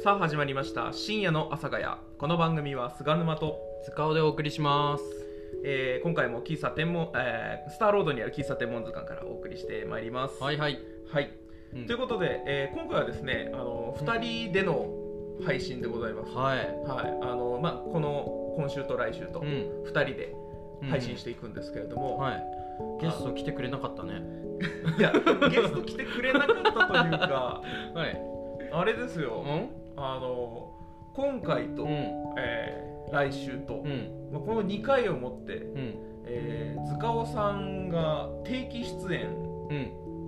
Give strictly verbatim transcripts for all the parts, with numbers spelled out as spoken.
さあ始まりました深夜の阿佐ヶ谷。この番組は菅沼と塚尾でお送りします。 えー、今回も喫茶天文、えー、スターロードにある喫茶天文図鑑からお送りしてまいります。 はいはい、 はい、うん、ということで、えー、今回はですねあのふたりでの配信でございます。 はい、 はい、あのまあ、この今週と来週とふたりで配信していくんですけれども、 うんうん、はい、ゲスト来てくれなかったね。 いやゲスト来てくれなかったというか、 はい、 あれですよ、 うん、 あの今回と、うん、えー、来週と、うん、まあ、このにかいをもって、うん、えー、塚尾さんが定期出演、うん、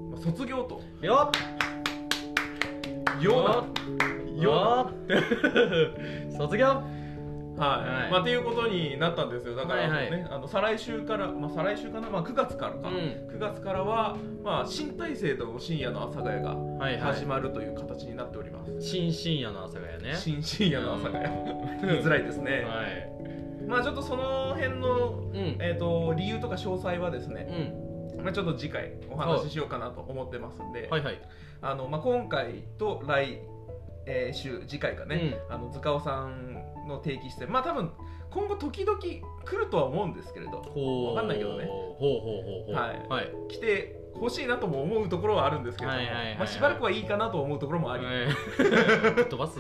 まあ、卒業とよっよっよっ卒業はい、はい、まあ、っていうことになったんですよ。だから、ね、はいはい、あの再来週から、まあ、再来週かな、まあ、くがつからか、うん、くがつからは、まあ、新体制と深夜の阿佐ヶ谷が始まるという形になっております。はいはい、 新深夜の阿佐ヶ谷ね。 新深夜の阿佐ヶ谷、うん、言いづらいですね。はい、まあちょっとその辺の、うん、えーと、理由とか詳細はですね、うん、まあ、ちょっと次回お話ししようかなと思ってますんで、はいはい、あのまあ、今回と来、えー、週次回かね、うん、あの塚尾さんの定期出演、まあ多分今後時々来るとは思うんですけれど、分かんないけどね、 ほうほうほうほう、 はい、はい、来て欲しいなとも思うところはあるんですけれども、まあしばらくはいいかなと思うところもあり、はい、 ぶっ飛ばす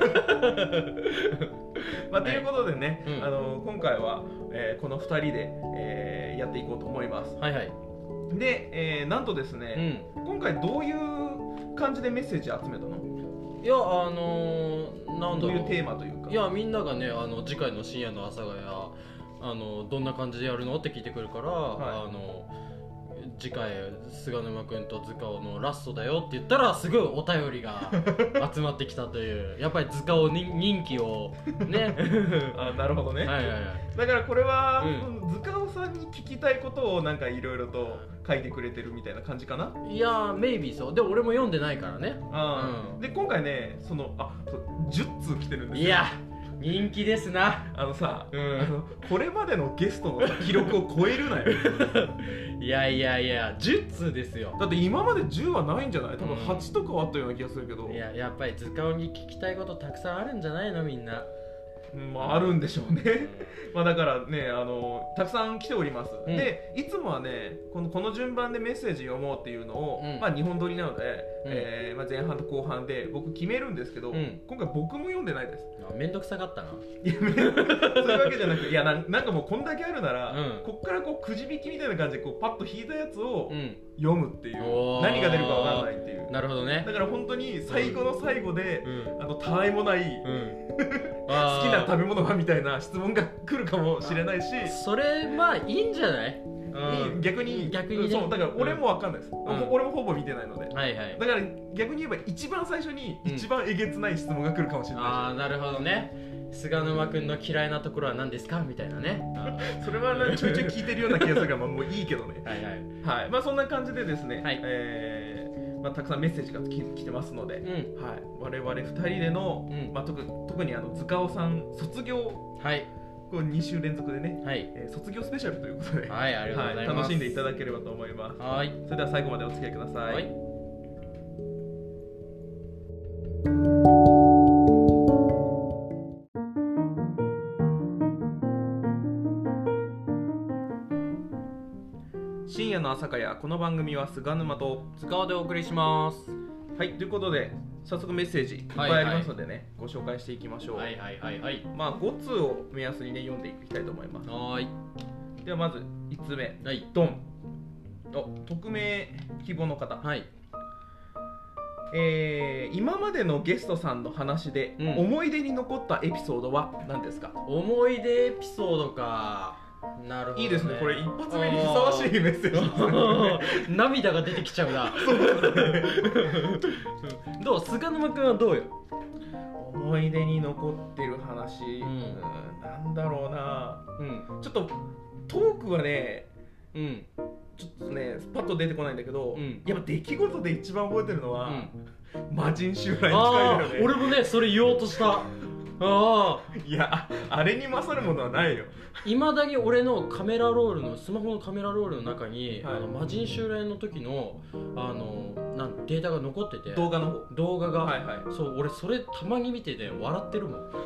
まあということでね、はい、あの今回は、えー、このふたりで、えー、やっていこうと思います。はいはい、で、えー、なんとですね、うん、今回どういう感じでメッセージ集めたの？ いや、あのー、なんだろう、 どういうテーマというか、 いや、みんながね、あの次回の深夜の阿佐ヶ谷、あのどんな感じでやるのって聞いてくるから、はい、あの次回菅沼君と塚尾のラストだよって言ったらすぐお便りが集まってきたというやっぱり塚尾に人気をねあ、なるほどね、はいはいはい、だからこれは、うん、塚尾さんに聞きたいことをなんかいろいろと書いてくれてるみたいな感じかな。 いや、メイビーそうで、俺も読んでないからね。 あ、うん、で今回ね、そのあじゅっつう来てるんですよ。 いや、人気ですな。 あのさ、うん、あのこれまでのゲストの記録を超えるなよいやいやいや、じゅっつうですよ。 だって今までじゅうはないんじゃない？多分はちとかはあったような気がするけど、 いや、やっぱり塚尾に聞きたいことたくさんあるんじゃないの、みんな。 まあ、あるんでしょうね、うん、まあだからね、あのたくさん来ております、うん、でいつもはねこの、この順番でメッセージ読もうっていうのを、うん、まあにほん撮りなので、うん、えーまあ、前半と後半で僕決めるんですけど、うん、今回僕も読んでないです。 あ、めんどくさかったな。 いや、そういうわけじゃなくて、いや な, なんかもうこんだけあるなら、うん、こっからこうくじ引きみたいな感じでこうパッと引いたやつを読むっていう、うん、何が出るかわかんないっていう。 なるほどね。 だから本当に最後の最後で、うん、あのたわいもない、うん、好きな食べ物はみたいな質問が来るかもしれないし、 それまあいいんじゃない？ うん、逆に逆に、ね、 そうだから俺も分かんないです、うん、俺もほぼ見てないので、 はいはい、 だから逆に言えば一番最初に一番えげつない質問が来るかもしれない、うん、 ああ、なるほどね。菅沼君の嫌いなところは何ですかみたいなね。 それはちょいちょい聞いてるような気がするから、まあ、もういいけどね。はいはい、はい、まあそんな感じでですね、はい、えーまあ、たくさんメッセージが来てますので、うん、はい、我々ふたりでの、うん、まあ、特, 特にあの塚尾さん卒業、はい、これに週連続でね、はい、えー、卒業スペシャルということで、 はい、ありがとうございます、 はい、楽しんでいただければと思います。はい、それでは最後までお付き合いください。はい、深夜の阿佐ヶ谷、この番組は菅沼と塚尾でお送りします。 はい、ということで早速メッセージいっぱいありますのでね、はいはい、ご紹介していきましょう。はいはいはいはい、まあご通を目安にね読んでいきたいと思います。はい、ではまずいつつめ、はい、ドン。お、匿名希望の方、はい、えー、今までのゲストさんの話で、うん、思い出に残ったエピソードは何ですか？ 思い出エピソードか。なるほどね、 いいですね、これ一発目にふさわしいメッセージですね涙が出てきちゃうなそうですねどう？菅沼君はどうよ？ 思い出に残ってる話、うん、なんだろうな、うん、ちょっとトークはね、うん、ちょっとねパッと出てこないんだけど、うん、やっぱ出来事で一番覚えてるのは、うん、魔人襲来に近いだよね。 俺もねそれ言おうとしたああいやあれに勝るものはないよ。 いまだに俺のカメラロールのスマホのカメラロールの中に、はい、あの魔人襲来の時のあのなんデータが残ってて、 動画の方動画が、 はいはい、 そう俺それたまに見てて笑ってるもん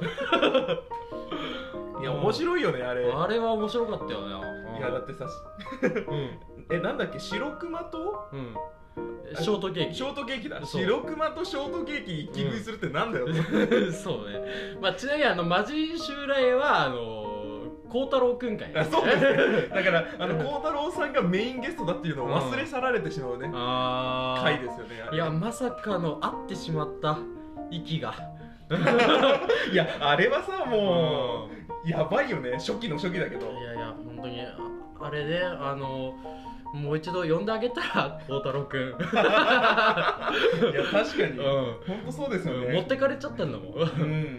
いや面白いよねあれ。 あれは面白かったよね。 いやだってさ、うん、えなんだっけ白熊と、 うん、ショートケーキ。 ショートケーキだ。白熊とショートケーキ一気食いするってなんだよ、うん、 そうね。まあちなみにあの魔人襲来はあの孝太郎くんかい、ね、 そうですね。だからあの孝太郎さんがメインゲストだっていうのを忘れ去られてしまうね、うん、 あ回ですよね。 いやまさかの会ってしまった息がいやあれはさもう、うん、やばいよね。初期の初期だけど。 いやいや本当にあれであのもう一度呼んであげたら孝太郎くんいや確かに、うん、本当そうですよね、 うん、持ってかれちゃったんだもん、うん、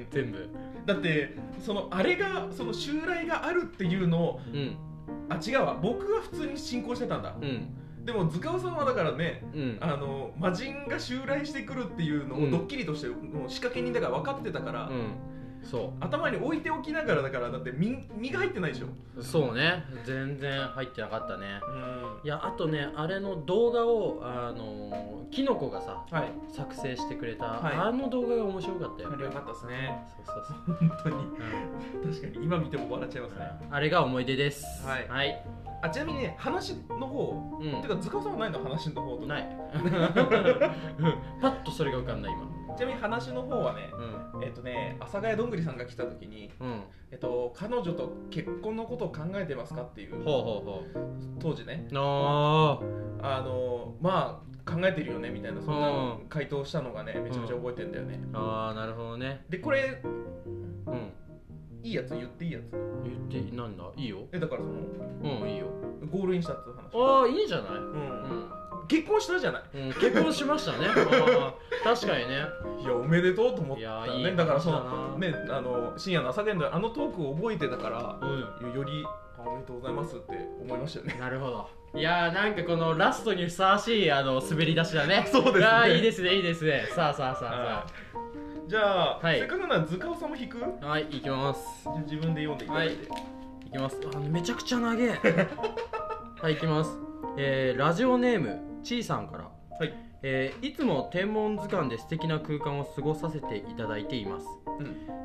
全部。 だってそのあれがその襲来があるっていうのを、うん、あ違うわ僕が普通に進行してたんだ、うん、でも塚尾さんはだからね、うん、あの魔人が襲来してくるっていうのをドッキリとしてもう仕掛け人だから分かってたから、うん、そう頭に置いておきながらだからだって身身が入ってないでしょ。 そうね全然入ってなかったね、うん、いやあとねあれの動画をあのキノコがさ、はい、作成してくれた、はい、あの動画が面白かったよ。 あれよかったですね。 そうそうそう本当に、うん、確かに今見ても笑っちゃいますね。 あれが思い出です。はい、はい、 あちなみにね話の方、うん、てか塚尾さんはないの話の方とかないパッとそれが浮かんだ今。 ちなみに話の方はね、うん、えっ、ー、とね阿佐ヶ谷どんぐりさんが来た時に、うん、えっ、ー、と彼女と結婚のことを考えてますかっていう、ほうほうほう当時ね、ああのまあ考えてるよねみたいなそんな回答したのがねめちゃめちゃ覚えてんだよね、 うん、ああなるほどね。 でこれ、うん、いいやつ言っていいやつ言っていいなんだいいよ。 えだからそのうんいいよゴールインしたっていう話。 ああいいじゃない、うん、 うん結婚したじゃない、 うん、結婚しましたね確かにね。 いやおめでとうと思ったね。いやいいだからそのねあの深夜の朝現代あのトークを覚えてたから、うん、よりおめでとうございますって思いましたよね。 なるほど。いやーなんかこのラストにふさわしいあの滑り出しだねそうですね。 あいいですねいいですね。さあさあさあさあじゃあ、はい、せっかくなら塚尾さんも引く。 はい行きます。 じゃあ自分で読んでいただいて、 はい、行きます。あめちゃくちゃ長えはい行きます。えー、ラジオネームちーさんから、はいえー、いつも天文図鑑で素敵な空間を過ごさせていただいています、うん、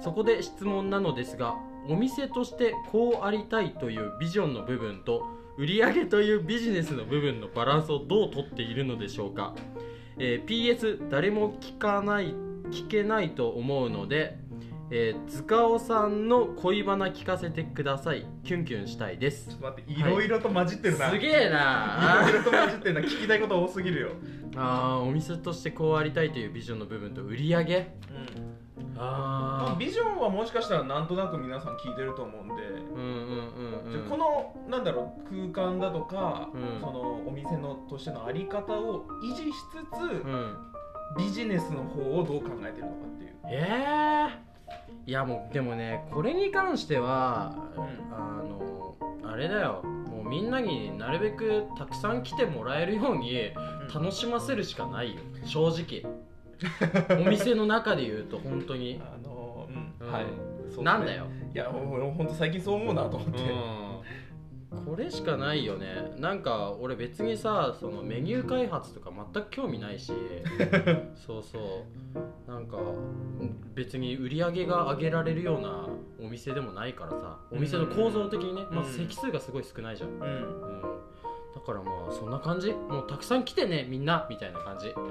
そこで質問なのですがお店としてこうありたいというビジョンの部分と売上というビジネスの部分のバランスをどうとっているのでしょうか、えー、ピーエス 誰も聞かない聞けないと思うので、えー、塚尾さんの恋バナ聞かせてください。キュンキュンしたいです。 ちょっと待っていろいろと混じってるな、 はい、すげえないろいろと混じってるな聞きたいこと多すぎるよ。 あーお店としてこうありたいというビジョンの部分と売り上げ、うん、 あ、まあ、ビジョンはもしかしたらなんとなく皆さん聞いてると思うんで、うんうんうんうん、じゃこのなんだろう空間だとか、うん、そのお店のとしてのあり方を維持しつつ、うん、ビジネスの方をどう考えてるのかっていう。 えーいやもうでもねこれに関しては、うん、あのあれだよもうみんなになるべくたくさん来てもらえるように楽しませるしかないよ正直お店の中で言うと本当にあのー、うん、うん、はいそう、ね、なんだよいや俺本当最近そう思うなと思って、 うん、これしかないよね。なんか俺別にさそのメニュー開発とか全く興味ないしそうそうなんか別に売り上げが上げられるようなお店でもないからさお店の構造的にね、うん、まあ、席数がすごい少ないじゃん、うんうん、だからまあそんな感じもうたくさん来てねみんなみたいな感じ。うん、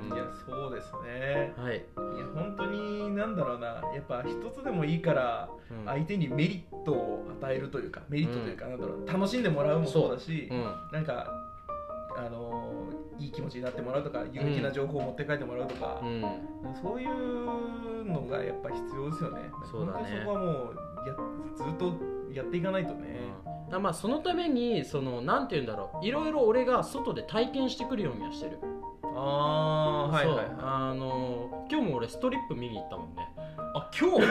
いやそうですね。 はい。いや本当になんだろうなやっぱ一つでもいいから相手にメリットを与えるというかメリットというかなんだろう楽しんでもらうもそうだし、うん、なんかあのいい気持ちになってもらうとか有益な情報を持って帰ってもらうとか、うん、そういうのがやっぱ必要ですよね。 そうだね。 そこはもうやずっとやっていかないとね、 うん、まあそのためにそのなんていうんだろういろいろ俺が外で体験してくるようにはしてる。 ああはいはいはい。 あの今日も俺ストリップ見に行ったもんね。 あ今日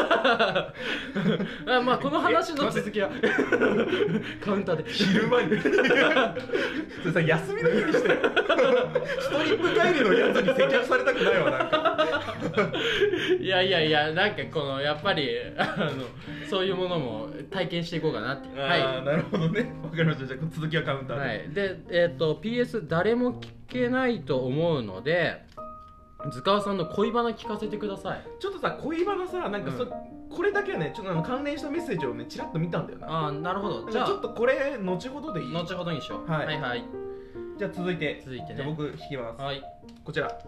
あ、まあこの話の続きはカウンターで昼間にそれさ休みの日にしてストリップ帰りのやつに接客されたくないわなんかいやいやいや、なんかこのやっぱりあのそういうものも体験していこうかなって。 ああ、はい、なるほどね、わかりました。じゃあ続きはカウンターで、はい、 で、えー、と ピーエス 誰も聞けないと思うので塚尾さんの恋バナ聞かせてください。 ちょっとさ恋バナさなんかそ、うん、これだけはねちょっとあの関連したメッセージをねちらっと見たんだよな。 ああ、なるほど。 じゃあちょっとこれ後ほどでいい？ 後ほどにしよう。 はい、 はいはい。 じゃあ続いて続いてね、 じゃあ僕引きます。 はい、 こちら、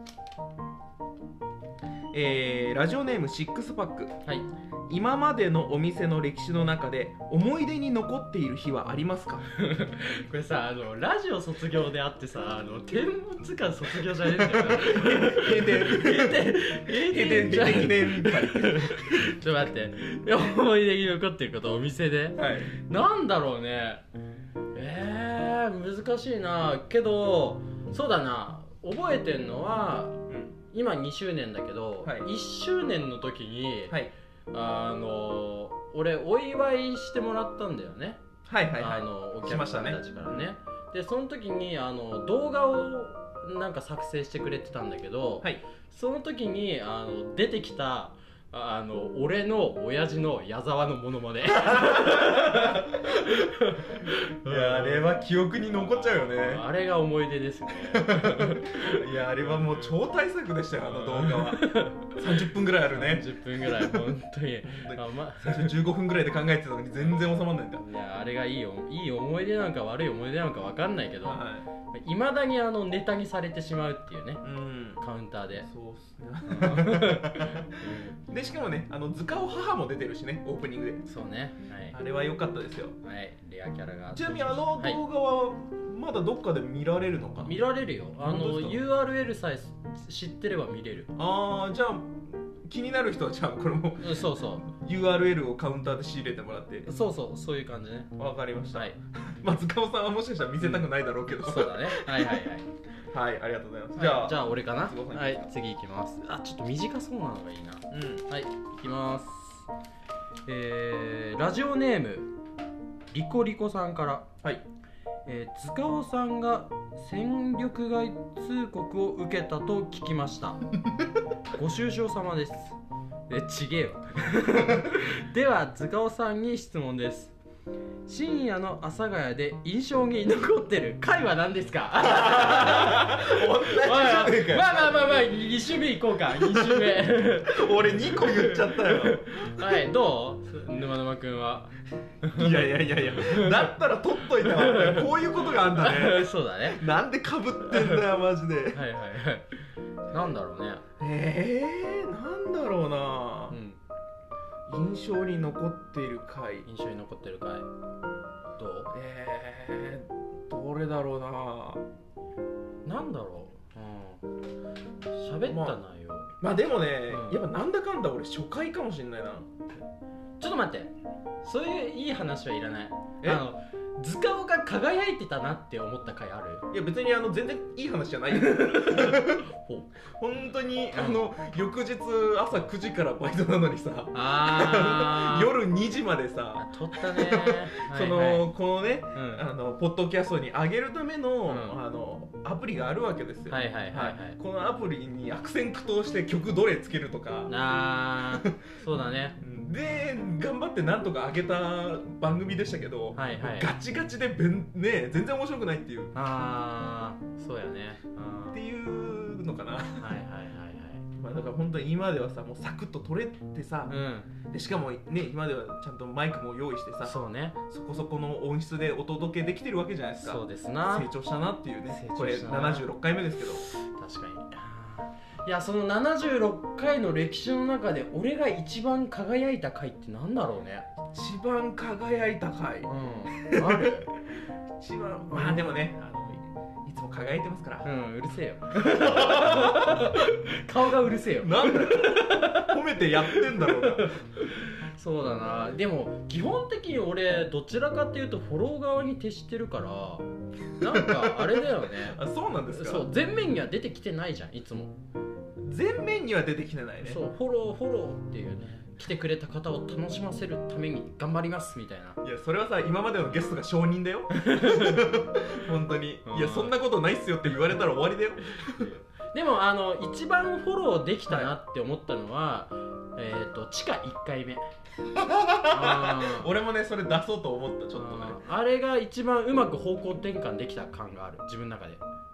えー、ラジオネームシックスパック。 はい。 今までのお店の歴史の中で思い出に残っている日はありますか？これさ、あのラジオ卒業であってさ、あの天文図鑑卒業じゃねえんだよな。 閉店閉店閉店記念会。 ちょっと待って、思い出に残っていることお店で、 はい、 なんだろうね。えー、難しいな。けどそうだな、覚えてんのは、うん、今にしゅうねんだけど、はい、いっしゅうねんの時に、はい、あの俺お祝いしてもらったんだよね。 はいはいはい。 あのお客さんたちからね。でその時にあの動画をなんか作成してくれてたんだけど、はい、その時にあの出てきたあの俺の親父の矢沢のモノマネ。いやあれは記憶に残っちゃうよね。 あれが思い出ですね。 いやあれはもう超大作でしたよ、あの動画は。さんじゅっぷんぐらいあるね。 さんじゅっぷんぐらい本当に。 あ、ま、最初じゅうごふんぐらいで考えてたのに全然収まらないんだ。 いやあれがいいよ、いい思い出なんか悪い思い出なんか分かんないけど、いまだにあのネタにされてしまうっていうね、うん、カウンターで。 そうっすね。でしかもね、あの塚尾母も出てるしね、オープニングで。 そうね、はい、 あれは良かったですよ。 はい、レアキャラが。 ちなみにあの動画はまだどっかで見られるのかな？ 見られるよ。あの ユーアールエル さえ知ってれば見れる。 ああ、じゃあ気になる人はじゃあこれも、 うん、そうそうユーアールエル をカウンターで仕入れてもらって。 そうそう、そういう感じね。 わかりました。 はい。 まあ塚尾さんはもしかしたら見せたくないだろうけど、 うん、そうだね。はいはいはい。 はい、ありがとうございます。 じゃあ、じゃあ俺かな。はい、次いきます。あ、ちょっと短そうなのがいいな。うん。はい、いきます。えー、ラジオネームリコリコさんから。はい。えー、塚尾さんが戦力外通告を受けたと聞きました。ご愁傷様です。え、ちげえよ。では塚尾さんに質問です。深夜の阿佐ヶ谷で印象に残ってる回は何ですか？同じじゃねえかよ。まあまあまあまあ、に周目いこうか。に周目。 俺にこ言っちゃったよ。 はい、どう？沼沼くんは。 いやいやいやいや、だったら取っといたわ。こういうことがあるんだね。 そうだね。 なんでかぶってんだよマジで。はいはいはい。 なんだろうね。 えー、なんだろうな。うん。印象に残っている回。 印象に残ってる回。どう？ えー、どれだろうな。 なんだろう。うん。喋った内容。まあ、 まあでもね、うん、やっぱなんだかんだ俺初回かもしれないな。 ちょっと待って。そういういい話はいらない。あの塚尾が輝いてたなって思った回ある？ いや別にあの全然いい話じゃないよ。本当にあの翌日朝くじからバイトなのにさ、あ夜にじまでさ撮ったね。 その、はいはい、このね、うん、あのポッドキャストに上げるための、うん、あのアプリがあるわけですよ。はいはいはい、はい、このアプリに悪戦苦闘して曲どれつけるとか。 あーそうだね。 で頑張ってなんとか上げた番組でしたけど、はいはい、ガチガチでべん、ね、全然面白くないっていう。 ああそうやね。 っていうのかな。はいはいはいはい。まあだから本当に今ではさもうサクッと撮れてさ、うん、でしかもね今ではちゃんとマイクも用意してさ、 そうね、 そこそこの音質でお届けできてるわけじゃないですか。 そうですな。 成長したなっていうね。これななじゅうろっかいめですけど。 確かに。いやそのななじゅうろっかいの歴史の中で俺が一番輝いた回ってなんだろうね。 一番輝いた回、うん、ある一番まあでもねあのいつも輝いてますから。 うん、うるせえよ。顔がうるせえよ。 なんだよ。褒めてやってんだろうな。 そうだな。でも基本的に俺どちらかっていうとフォロー側に徹してるからなんかあれだよね。 あ、そうなんですか。 そう、前面には出てきてないじゃんいつも。 全面には出てきてないね。 そうフォローフォローっていうね、来てくれた方を楽しませるために頑張りますみたいな。 いやそれはさ、今までのゲストが承認だよ本当に。いやそんなことないっすよって言われたら終わりだよでもあの一番フォローできたなって思ったのは、はい、えっ、ー、と地下いっかいめ俺もねそれ出そうと思った。ちょっとねあ, あれが一番うまく方向転換できた感がある、自分の中で。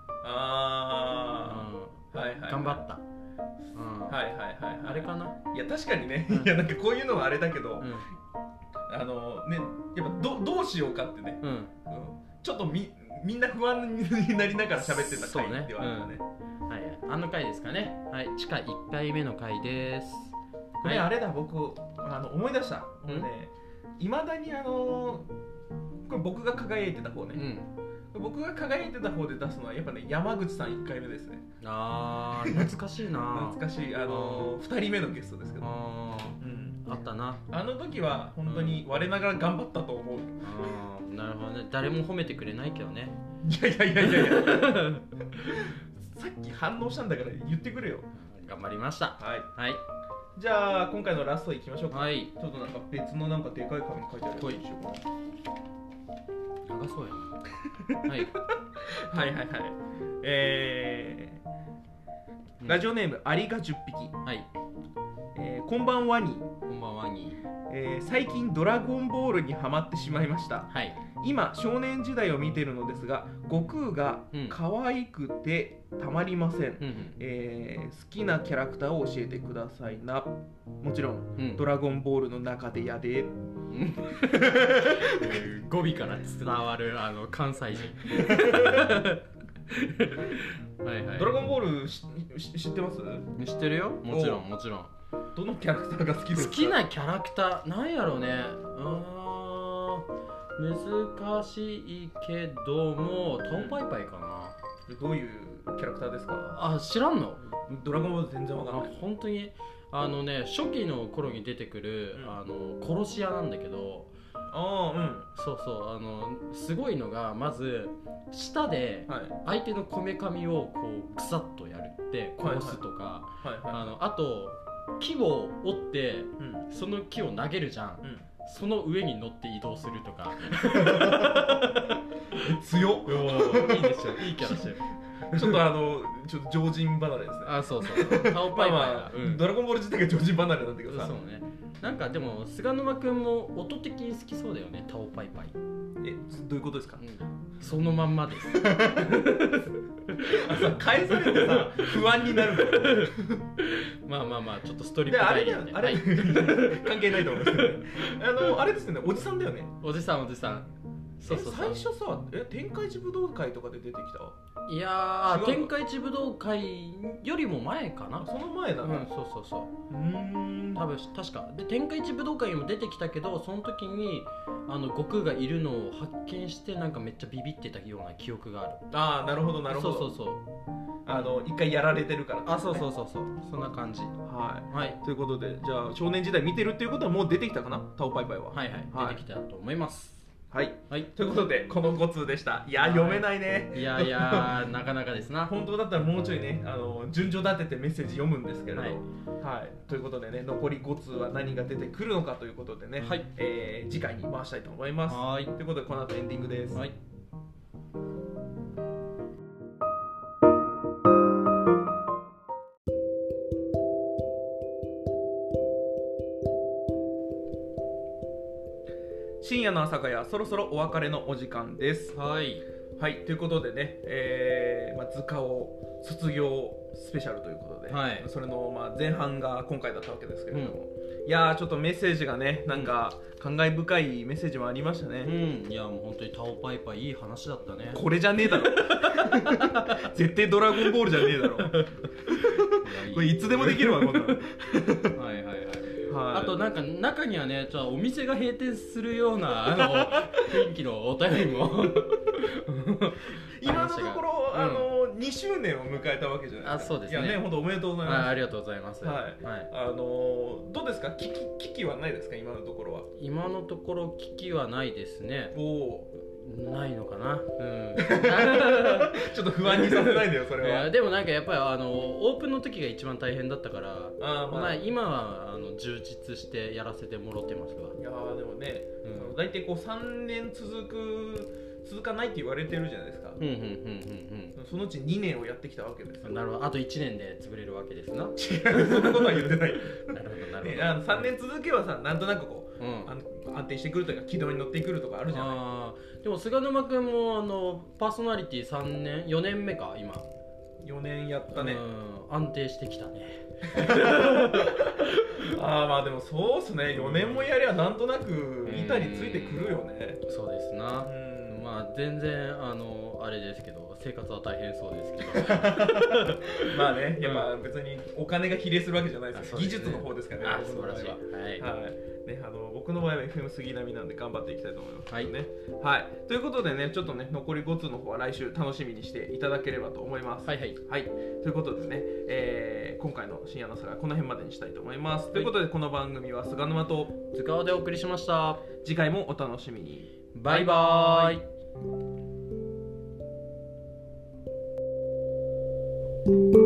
ああ、はいはい、はい、 頑張った。 うん、はいはいはい、はい、 あれかな。 いや確かにね、うん、いやなんかこういうのはあれだけど、うん、あのねやっぱ ど, どうしようかってね、うんうん、ちょっと み, みんな不安になりながら喋ってた回ではあるよね。 うん、はい、あの回ですかね。はい、地下いっかいめの回です。 これ、はい、あれだ、僕あの思い出した。俺ね、いまだにあのこれ僕が輝いてた方ね、うん、僕が輝いてた方で出すのはやっぱね山口さんいっかいめですね。 あー懐かしいな懐かしい。あのー、ふたりめのゲストですけど、 あ、うん、あったな。 あの時は本当に我ながら頑張ったと思う。 あーなるほどね。誰も褒めてくれないけどね。 いやいやいやいやいやさっき反応したんだから言ってくれよ。 頑張りました。はい、はい、 じゃあ今回のラストいきましょうか。 はい、 ちょっとなんか別のなんかでかい紙書いてあるやつにしようかな。長そうやなはい、 はいはいはい。えー、ラジオネームアリがじゅっぴき。はい、えー、こんばんはに。 こんばんはに。 えー、最近ドラゴンボールにハマってしまいました。はい、今少年時代を見ているのですが、悟空が可愛くてたまりません、うんえー、好きなキャラクターを教えてくださいな。もちろん、うん、ドラゴンボールの中でやで語尾から伝わるあの関西人はいはい。ドラゴンボールしし知ってます？ 知ってるよ。もちろんもちろん。 どのキャラクターが好きですか？ 好きなキャラクターなんやろうね。あ難しいけどもタオパイパイかな。 どういうキャラクターですか？ あ、知らんの？ ドラゴンボール全然わかんない。 あ、本当にあのね初期の頃に出てくる、うん、あの殺し屋なんだけど。 ああ、うん、 そうそう、あのすごいのがまず舌で相手のこめかみをこうグサッとやるって殺すとか、あのあと木を折って、うん、その木を投げるじゃん、うん、その上に乗って移動するとか強っいいでしょ、いいキャラしてるちょっとあのちょっと常人離れですね。 あ、そうそうそうタオパイパイが、まあまあうん、ドラゴンボール自体が常人離れなんだけどさ。 そうね。なんかでも菅沼くんも音的に好きそうだよね、タオパイパイ。 え、どういうことですか？うん、 そのまんまですあ、さ、返されてさ不安になるまあまあまあちょっとストリップ帰りで、あれ、あれ関係ないと思いますけど、あのあれですよね、おじさんだよね。 おじさんおじさん。 そうそうそう。最初さ、え、天下一武道会とかで出てきた？ いやー、天下一武道会よりも前かな。 その前だね。 うん、そうそうそう。うーん、多分確かで天下一武道会にも出てきたけど、その時にあの悟空がいるのを発見してなんかめっちゃビビってたような記憶がある。 ああ、なるほどなるほど。 そうそうそう。 あの一回やられてるから、ね。 あ、そうそうそうそう。そんな感じ。 はい。はい。ということで、じゃあ少年時代見てるっていうことはもう出てきたかな、タオパイパイは。 はいはい。はい、出てきたと思います。 はい、はい、ということでこのご通でした。いや、読めないね。 いやいやなかなかですな。 本当だったらもうちょいね、あの順序立ててメッセージ読むんですけれど、はい、はい、ということでね、残りご通は何が出てくるのかということでね、はい、えー、次回に回したいと思います。はい、ということでこの後エンディングです。はい。深夜の阿佐ヶ谷、そろそろお別れのお時間です。はい、はい、ということでね、えーまあ、図鑑を卒業スペシャルということで、はい、それのまあ前半が今回だったわけですけれども、うん、いやーちょっとメッセージがね、なんか感慨深いメッセージもありましたね。 うん、いやもう本当にタオパイパイいい話だったね。 これじゃねえだろ絶対ドラゴンボールじゃねえだろこれいつでもできるわこんなのはいはいはい、はい、あとなんか中にはね、ちょっとお店が閉店するようなあの雰囲気のお便りも今のところ、うん、あのにしゅうねんを迎えたわけじゃないですか。 あ、そうですね。 いやね、本当おめでとうございます。 あ, ありがとうございます。はい、 はい、あのどうですか、危機危機はないですか、今のところは。 今のところ危機はないですね。おお、ないのかな。うん。ちょっとょっと不安にさせないでよそれは。いやでもなんかやっぱりあのオープンの時が一番大変だったから、あ、まあ、今はあの充実してやらせてもらってますわ。 いやでもね、うん、大体こうさんねん続く続かないって言われてるじゃないですか。うんうんうんうんうん。そのうちにねんをやってきたわけですよ。 なるほど。あといちねんで潰れるわけですな。 違う、そんなことは言ってない。 なるほどなるほど。 ね、あのさんねん続けばさ、なんとなくこう、うん、あの安定してくるというか軌道に乗ってくるとかあるじゃない。あでも菅沼君もあのパーソナリティさんねんよねんめか今。 よねんやったね。 うん、安定してきたね。 ああまあでもそうっすね。よねんもやりゃなんとなく板についてくるよね。 そうですな。まあ全然あのあれですけど生活は大変そうですけどまあねやっぱ別にお金が比例するわけじゃないです、ね、技術の方ですからね。 あ素晴らしい。はい、 はいね、あの僕の場合は エフエム 杉並なんで頑張っていきたいと思います、はいねはい、ということでねちょっとね残りご通の方は来週楽しみにしていただければと思います。 はいはい、 はい、ということでね、えー、今回の深夜のサガこの辺までにしたいと思います、はい、ということでこの番組は菅沼と塚尾でお送りしました。 次回もお楽しみに。 バイバーイ。